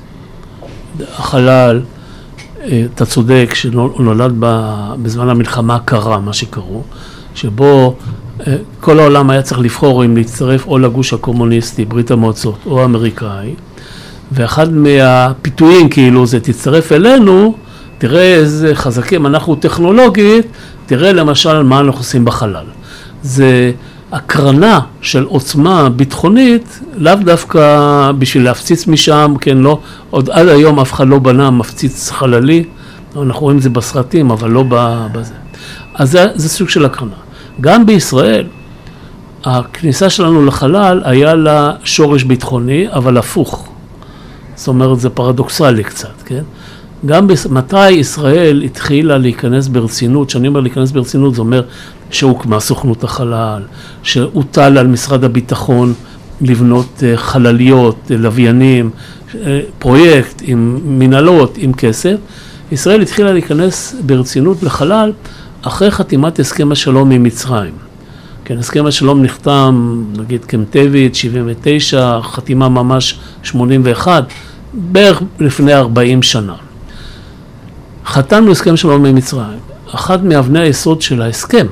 החלל, uh, אתה צודק, שהוא נולד בזמן המלחמה הקרה, מה שקראו, שבו uh, כל העולם היה צריך לבחור אם להצטרף או לגוש הקומוניסטי, ברית המועצות, או האמריקאי, ואחד מהפיתויים כאילו זה תצטרף אלינו, תראה איזה חזקים אנחנו טכנולוגית, תראה למשל מה אנחנו עושים בחלל. זה הקרנה של עוצמה ביטחונית, לאו דווקא בשביל להפציץ משם, כן, לא, עוד עד היום אף אחד לא בנה מפציץ חללי, אנחנו רואים את זה בסרטים, אבל לא בזה. אז זה, זה סוג של הקרנה. גם בישראל, הכניסה שלנו לחלל היה לה שורש ביטחוני, אבל הפוך. זאת אומרת, זה פרדוקסלי קצת, כן? גם מתי ישראל התחילה להיכנס ברצינות, שאני אומר להיכנס ברצינות, זה אומר שהוקמה סוכנות החלל, שהוטל על משרד הביטחון לבנות חלליות, לוויינים, פרויקט עם מנהלות, עם כסף. ישראל התחילה להיכנס ברצינות לחלל אחרי חתימת הסכם השלום עם מצרים. כן, הסכם השלום נחתם, נגיד קמפ-דייוויד, שבעים ותשע, חתימה ממש שמונים ואחת, בערך לפני ארבעים שנה. חתמנו הסכם שלום עם מצרים. אחת מאבני היסוד של ההסכם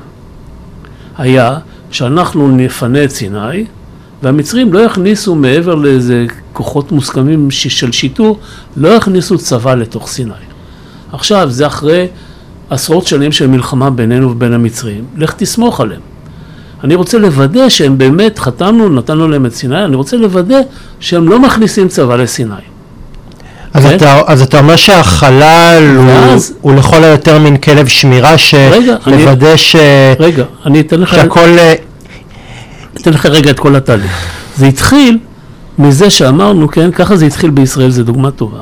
היה שאנחנו נפנה את סיני, והמצרים לא יכניסו מעבר לאיזה כוחות מוסכמים של שיטור, לא יכניסו צבא לתוך סיני. עכשיו, זה אחרי עשרות שנים של מלחמה בינינו ובין המצרים, לך תסמוך עליהם. אני רוצה לוודא שהם באמת, חתמנו, נתנו להם את סיני, אני רוצה לוודא שהם לא מכניסים צבא לסיני. אז, כן? אתה, אז אתה אומר שהחלל ואז, הוא, הוא לכל היותר מן כלב שמירה שלוודא אני, ש... רגע, אני אתן לך... שהכל... אתן לך רגע את כל התהליך. זה התחיל מזה שאמרנו, כן, ככה זה התחיל בישראל, זו דוגמה טובה.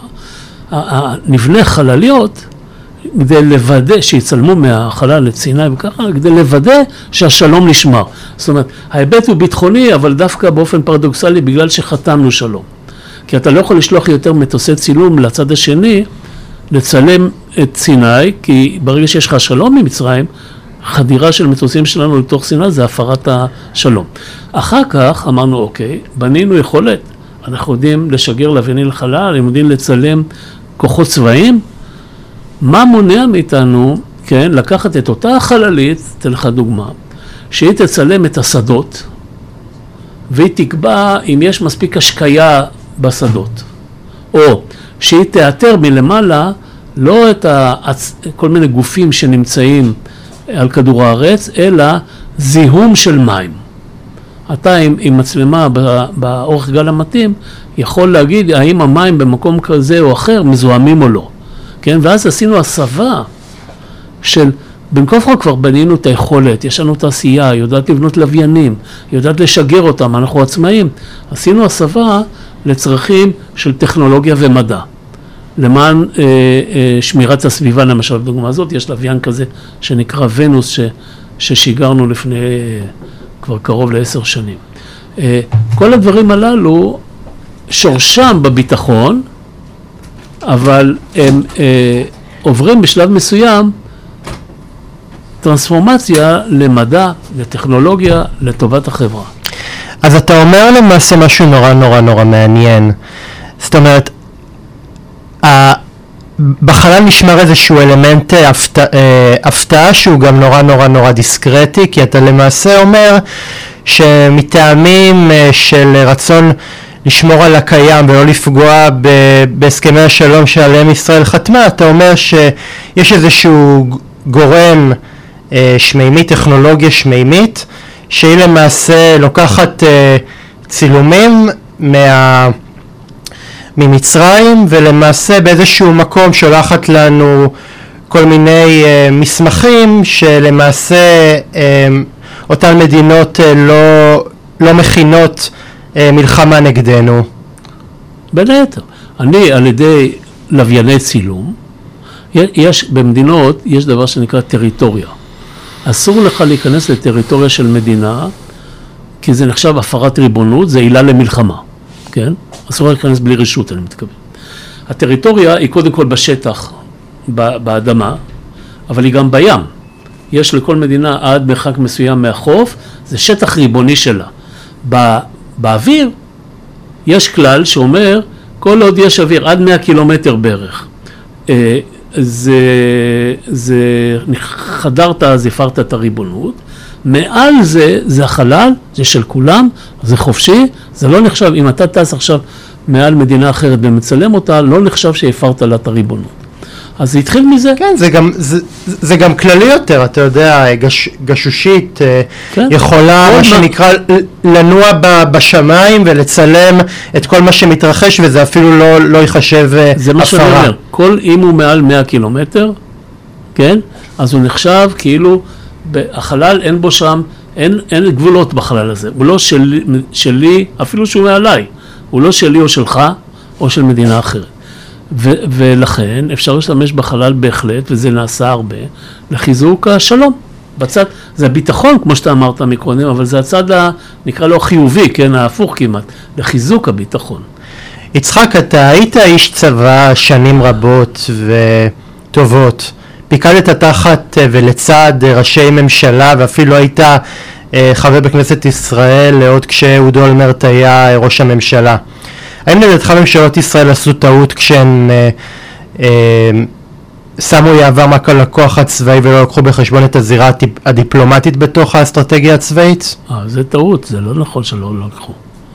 נבנה חלליות, כדי לוודא, שיצלמו מהחלל לסיני וככה, כדי לוודא שהשלום נשמר. זאת אומרת, ההיבט הוא ביטחוני, אבל דווקא באופן פרדוקסלי, בגלל שחתמנו שלום. כי אתה לא יכול לשלוח יותר מטוסי צילום לצד השני, לצלם את סיני, כי ברגע שיש לך שלום ממצרים, חדירה של מטוסים שלנו לתוך סיני זה הפרת השלום. אחר כך אמרנו, אוקיי, בנינו יכולת, אנחנו יודעים לשגר לוויינים לחלל, הם יודעים לצלם כוחות צבאיים, מה מונע מאיתנו, כן, לקחת את אותה החללית, אתן לך דוגמה, שהיא תצלם את השדות, והיא תקבע אם יש מספיק השקיה בשדות, או שהיא תאתר מלמעלה לא את הצ... כל מיני גופים שנמצאים על כדור הארץ, אלא זיהום של מים. אתה עם, עם מצלמה באורך גל המתאים, יכול להגיד האם המים במקום כזה או אחר מזוהמים או לא. כן? ואז עשינו הסבה של, בין כה וכה כבר בנינו את היכולת, יש לנו תעשייה, יודעת לבנות לוויינים, יודעת לשגר אותם, אנחנו עצמאים. עשינו הסבה לצרכים של טכנולוגיה ומדע. למען אה, אה, שמירת הסביבה, למשל, בדוגמה הזאת, יש לוויין כזה שנקרא ונוס, ש, ששיגרנו לפני אה, כבר קרוב לעשר שנים. אה, כל הדברים הללו שורשם בביטחון, אבל הם אה, עוברים בשלב מסוים טרנספורמציה למדע, לטכנולוגיה, לטובת החברה. אז אתה אומר למעשה משהו נורא נורא נורא מעניין. זאת אומרת, בחלל נשמר איזשהו אלמנט הפתעה שהוא גם נורא נורא נורא דיסקרטי, כי אתה למעשה אומר שמטעמים של רצון לשמור על הקיים ולא לפגוע בהסכמי השלום שעליהם ישראל חתמה, אתה אומר שיש איזשהו גורם שמימי, טכנולוגיה שמימית, שהיא למעשה לוקחת צילומים מה... ממצרים, ולמעשה באיזשהו מקום שולחת לנו כל מיני uh, מסמכים שלמעשה uh, אותן מדינות uh, לא, לא מכינות uh, מלחמה נגדנו. בין היתר, אני על ידי לווייני צילום, יש, במדינות יש דבר שנקרא טריטוריה. אסור לך להיכנס לטריטוריה של מדינה, כי זה נחשב הפרת ריבונות, זה עילה למלחמה. כן? אסור להיכנס בלי רשות, אני מתכוון. הטריטוריה היא קודם כל בשטח, באדמה, אבל היא גם בים. יש לכל מדינה עד מרחק מסוים מהחוף, זה שטח ריבוני שלה. בא, באוויר יש כלל שאומר, כל עוד יש אוויר, עד מאה קילומטר בערך, זה, זה חדרת, אז הפרת את הריבונות, מעל זה, זה החלל, זה של כולם, זה חופשי, זה לא נחשב, אם אתה טס עכשיו מעל מדינה אחרת ומצלם אותה, לא נחשב שהפרת לה את הריבונות. אז זה התחיל מזה. כן, זה גם, זה, זה גם כללי יותר, אתה יודע, גש, גשושית, כן. יכולה, מה שנקרא, לנוע בשמיים ולצלם את כל מה שמתרחש, וזה אפילו לא, לא יחשב הפרה. זה מה שאני אומר, כל אם הוא מעל מאה קילומטר, כן, אז הוא נחשב כאילו, החלל אין בו שם, אין, אין גבולות בחלל הזה, הוא לא שלי, שלי, אפילו שהוא מעליי, הוא לא שלי או שלך, או של מדינה אחרת. ו- ולכן אפשר להשתמש בחלל בהחלט, וזה נעשה הרבה, לחיזוק השלום. בצד, זה הביטחון, כמו שאתה אמרת מקודם, אבל זה הצד, ה, נקרא לו חיובי, כן, ההפוך כמעט, לחיזוק הביטחון. יצחק, אתה היית איש צבא שנים רבות וטובות. פיקדת תחת ולצד ראשי ממשלה, ואפילו היית חבר בכנסת ישראל, עוד כשאהוד אולמרט היה ראש הממשלה. האם לדעתך ממשלות ישראל עשו טעות כשהן אה, אה, שמו יעבר רק על הכוח הצבאי ולא לקחו בחשבון את הזירה הדיפלומטית בתוך האסטרטגיה הצבאית? אה, זה טעות, זה לא נכון שלא לקחו.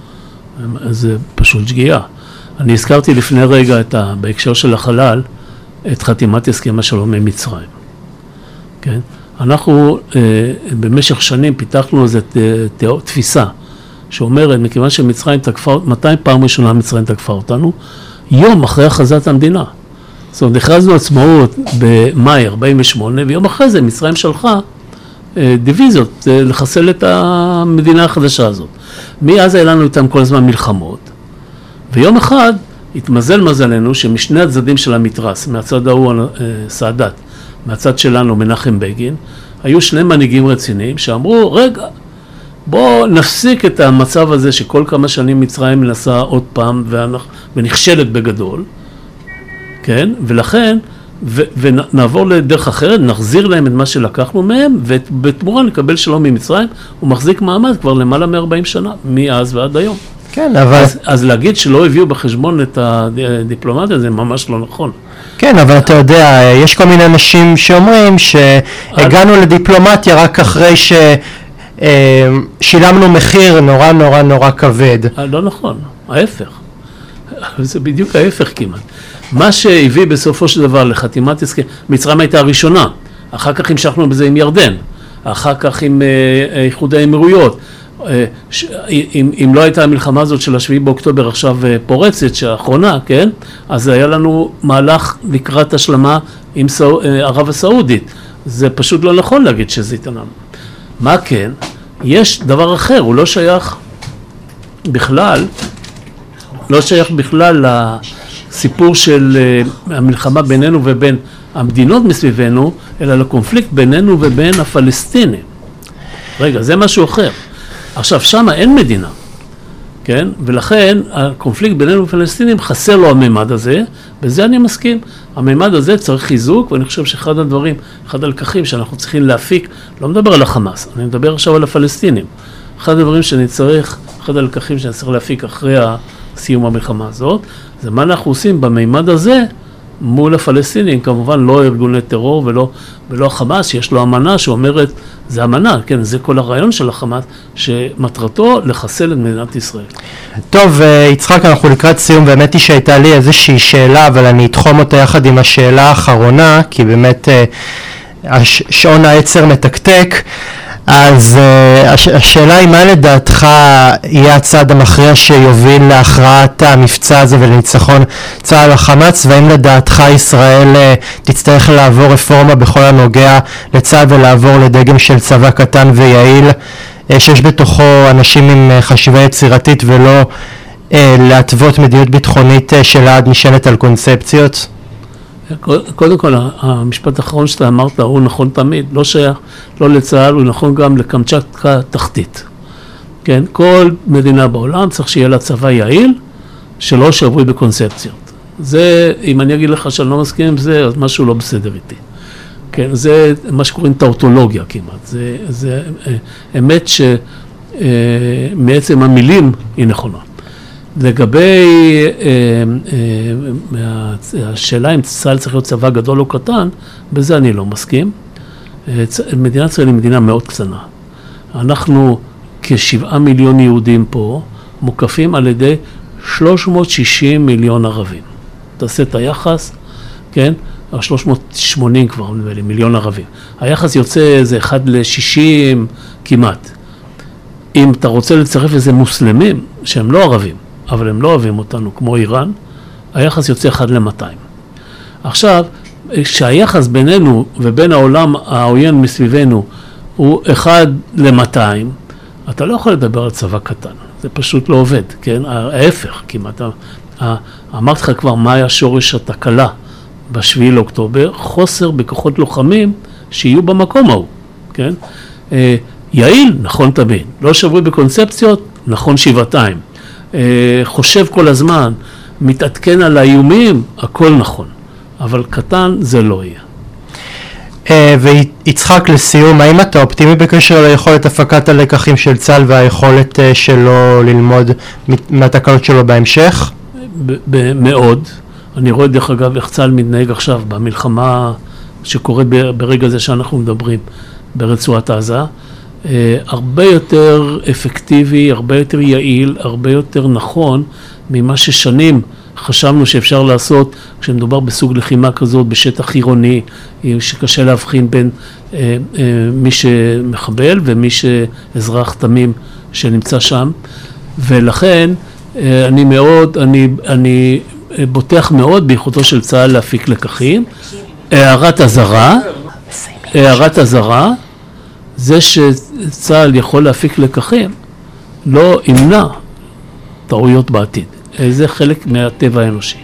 זה פשוט שגיאה. אני הזכרתי לפני רגע את ה, בהקשר של החלל, את חתימת הסכם השלום עם מצרים. כן? אנחנו אה, במשך שנים פיתחנו איזו אה, תפיסה, שאומרת, מכיוון שמצרים תקפה, מתי פעם ראשונה מצרים תקפה אותנו? יום אחרי הכרזת המדינה. זאת אומרת, הכרזנו עצמאות במאי ארבעים ושמונה, ויום אחרי זה מצרים שלחה אה, דיוויזיות אה, לחסל את המדינה החדשה הזאת. מאז היה לנו איתם כל הזמן מלחמות, ויום אחד התמזל מזלנו שמשני הצדדים של המתרס, מהצד ההוא אה, סאדאת, מהצד שלנו מנחם בגין, היו שני מנהיגים רציניים שאמרו, רגע, בואו נפסיק את המצב הזה שכל כמה שנים מצרים מנסה עוד פעם ונכשלת בגדול, כן? ולכן ו- ונעבור לדרך אחרת, נחזיר להם את מה שלקחנו מהם, ובתמורה נקבל שלום ממצרים, הוא מחזיק מעמד כבר למעלה מ-ארבעים שנה, מאז ועד היום. כן, אבל... אז, אז להגיד שלא הביאו בחשבון את הדיפלומטיה, זה ממש לא נכון. כן, אבל אתה יודע, יש כל מיני אנשים שאומרים שהגענו לדיפלומטיה רק אחרי ששילמנו מחיר נורא נורא נורא כבד. לא נכון, ההפך. זה בדיוק ההפך כמעט. מה שהביא בסופו של דבר לחתימת הסכם, מצרים הייתה הראשונה, אחר כך המשכנו בזה עם ירדן, אחר כך עם איחוד האמירויות. אם, אם לא הייתה המלחמה הזאת של השביעי באוקטובר עכשיו פורצת, שהאחרונה, כן? אז היה לנו מהלך לקראת השלמה עם סעו, ערב הסעודית. זה פשוט לא נכון להגיד שזה התענן. מה כן? יש דבר אחר, הוא לא שייך בכלל, לא שייך בכלל לסיפור של המלחמה בינינו ובין המדינות מסביבנו, אלא לקונפליקט בינינו ובין הפלסטינים. רגע, זה משהו אחר. עכשיו, שם אין מדינה, כן? ולכן הקונפליקט בינינו ופלסטינים חסר לו הממד הזה, בזה אני מסכים. הממד הזה צריך חיזוק, ואני חושב שאחד הדברים, אחד הלקחים שאנחנו צריכים להפיק, לא מדבר על החמאס, אני מדבר עכשיו על הפלסטינים. אחד הדברים שאני צריך, אחד הלקחים שאני צריך להפיק אחרי סיום המלחמה הזאת, זה מה אנחנו עושים בממד הזה מול הפלסטינים, כמובן לא ארגוני טרור ולא, ולא החמאס, שיש לו אמנה שאומרת, זה אמנה, כן, זה כל הרעיון של החמאס, שמטרתו לחסל את מדינת ישראל. טוב, יצחק, אנחנו לקראת סיום, באמת היא שהייתה לי איזושהי שאלה, אבל אני אתחום אותה יחד עם השאלה האחרונה, כי באמת שעון העצר מתקתק, אז uh, השאלה היא מה לדעתך יהיה הצעד המכריע שיוביל להכרעת המבצע הזה ולניצחון צה"ל החמאס, והאם לדעתך ישראל uh, תצטרך לעבור רפורמה בכל הנוגע לצה"ל ולעבור לדגם של צבא קטן ויעיל uh, שיש בתוכו אנשים עם uh, חשיבה יצירתית ולא uh, להתוות מדיניות ביטחונית uh, שלעד נשענת על קונספציות? קודם כל, המשפט האחרון שאתה אמרת הוא נכון תמיד, לא שייך, לא לצה"ל, הוא נכון גם לקמצ'טקה תחתית. כן, כל מדינה בעולם צריך שיהיה לה צבא יעיל, שלא שבוי בקונספציות. זה, אם אני אגיד לך שאני לא מסכים עם זה, אז משהו לא בסדר איתי. כן, זה מה שקוראים טאוטולוגיה כמעט. זה, זה אמת שמעצם המילים היא נכונה. לגבי השאלה אם צה"ל צריך להיות צבא גדול או קטן, בזה אני לא מסכים. מדינת ישראל היא מדינה מאוד קטנה. אנחנו כשבעה מיליון יהודים פה, מוקפים על ידי שלוש מאות ושישים מיליון ערבים. תעשה את היחס, כן? שלוש מאות ושמונים כבר, מיליון ערבים. היחס יוצא איזה אחד ל-שישים כמעט. אם אתה רוצה לצרף איזה מוסלמים שהם לא ערבים, אבל הם לא אוהבים אותנו, כמו איראן, היחס יוצא אחד ל-מאתיים. עכשיו, כשהיחס בינינו ובין העולם העוין מסביבנו הוא אחד ל-מאתיים, אתה לא יכול לדבר על צבא קטן, זה פשוט לא עובד, כן? ההפך, כמעט, אמרתי לך כבר מה היה שורש התקלה בשביעי לאוקטובר, חוסר בכוחות לוחמים שיהיו במקום ההוא, כן? יעיל, נכון תמיד, לא שבוי בקונספציות, נכון שבעתיים. חושב כל הזמן, מתעדכן על האיומים, הכל נכון, אבל קטן זה לא יהיה. ויצחק לסיום, האם אתה אופטימי בקשר ליכולת הפקת הלקחים של צה"ל והיכולת שלו ללמוד מהתקלות שלו בהמשך? מאוד. אני רואה דרך אגב איך צה"ל מתנהג עכשיו במלחמה שקורית ברגע זה שאנחנו מדברים ברצועת עזה. Uh, הרבה יותר אפקטיבי, הרבה יותר יעיל, הרבה יותר נכון ממה ששנים חשבנו שאפשר לעשות כשמדובר בסוג לחימה כזאת בשטח עירוני, שקשה להבחין בין uh, uh, מי שמחבל ומי שאזרח תמים שנמצא שם, ולכן uh, אני מאוד, אני, אני בוטח מאוד ביכולתו של צה"ל להפיק לקחים. הערת הזרה, הערת הזרה, זה שצה"ל יכול להפיק לקחים, לא ימנע טעויות בעתיד. זה חלק מהטבע האנושי.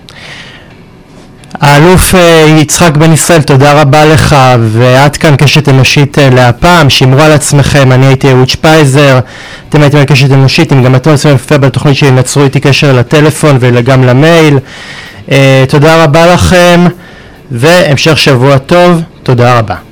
האלוף יצחק בן ישראל, תודה רבה לך, ועד כאן קשת אנושית להפעם. שמרו על עצמכם, אני הייתי אהוד שפייזר, אתם הייתם על קשת אנושית, אם גם אתם רוצים לפעול בתוכנית שלי, נצרו איתי קשר לטלפון וגם למייל. תודה רבה לכם, והמשך שבוע טוב, תודה רבה.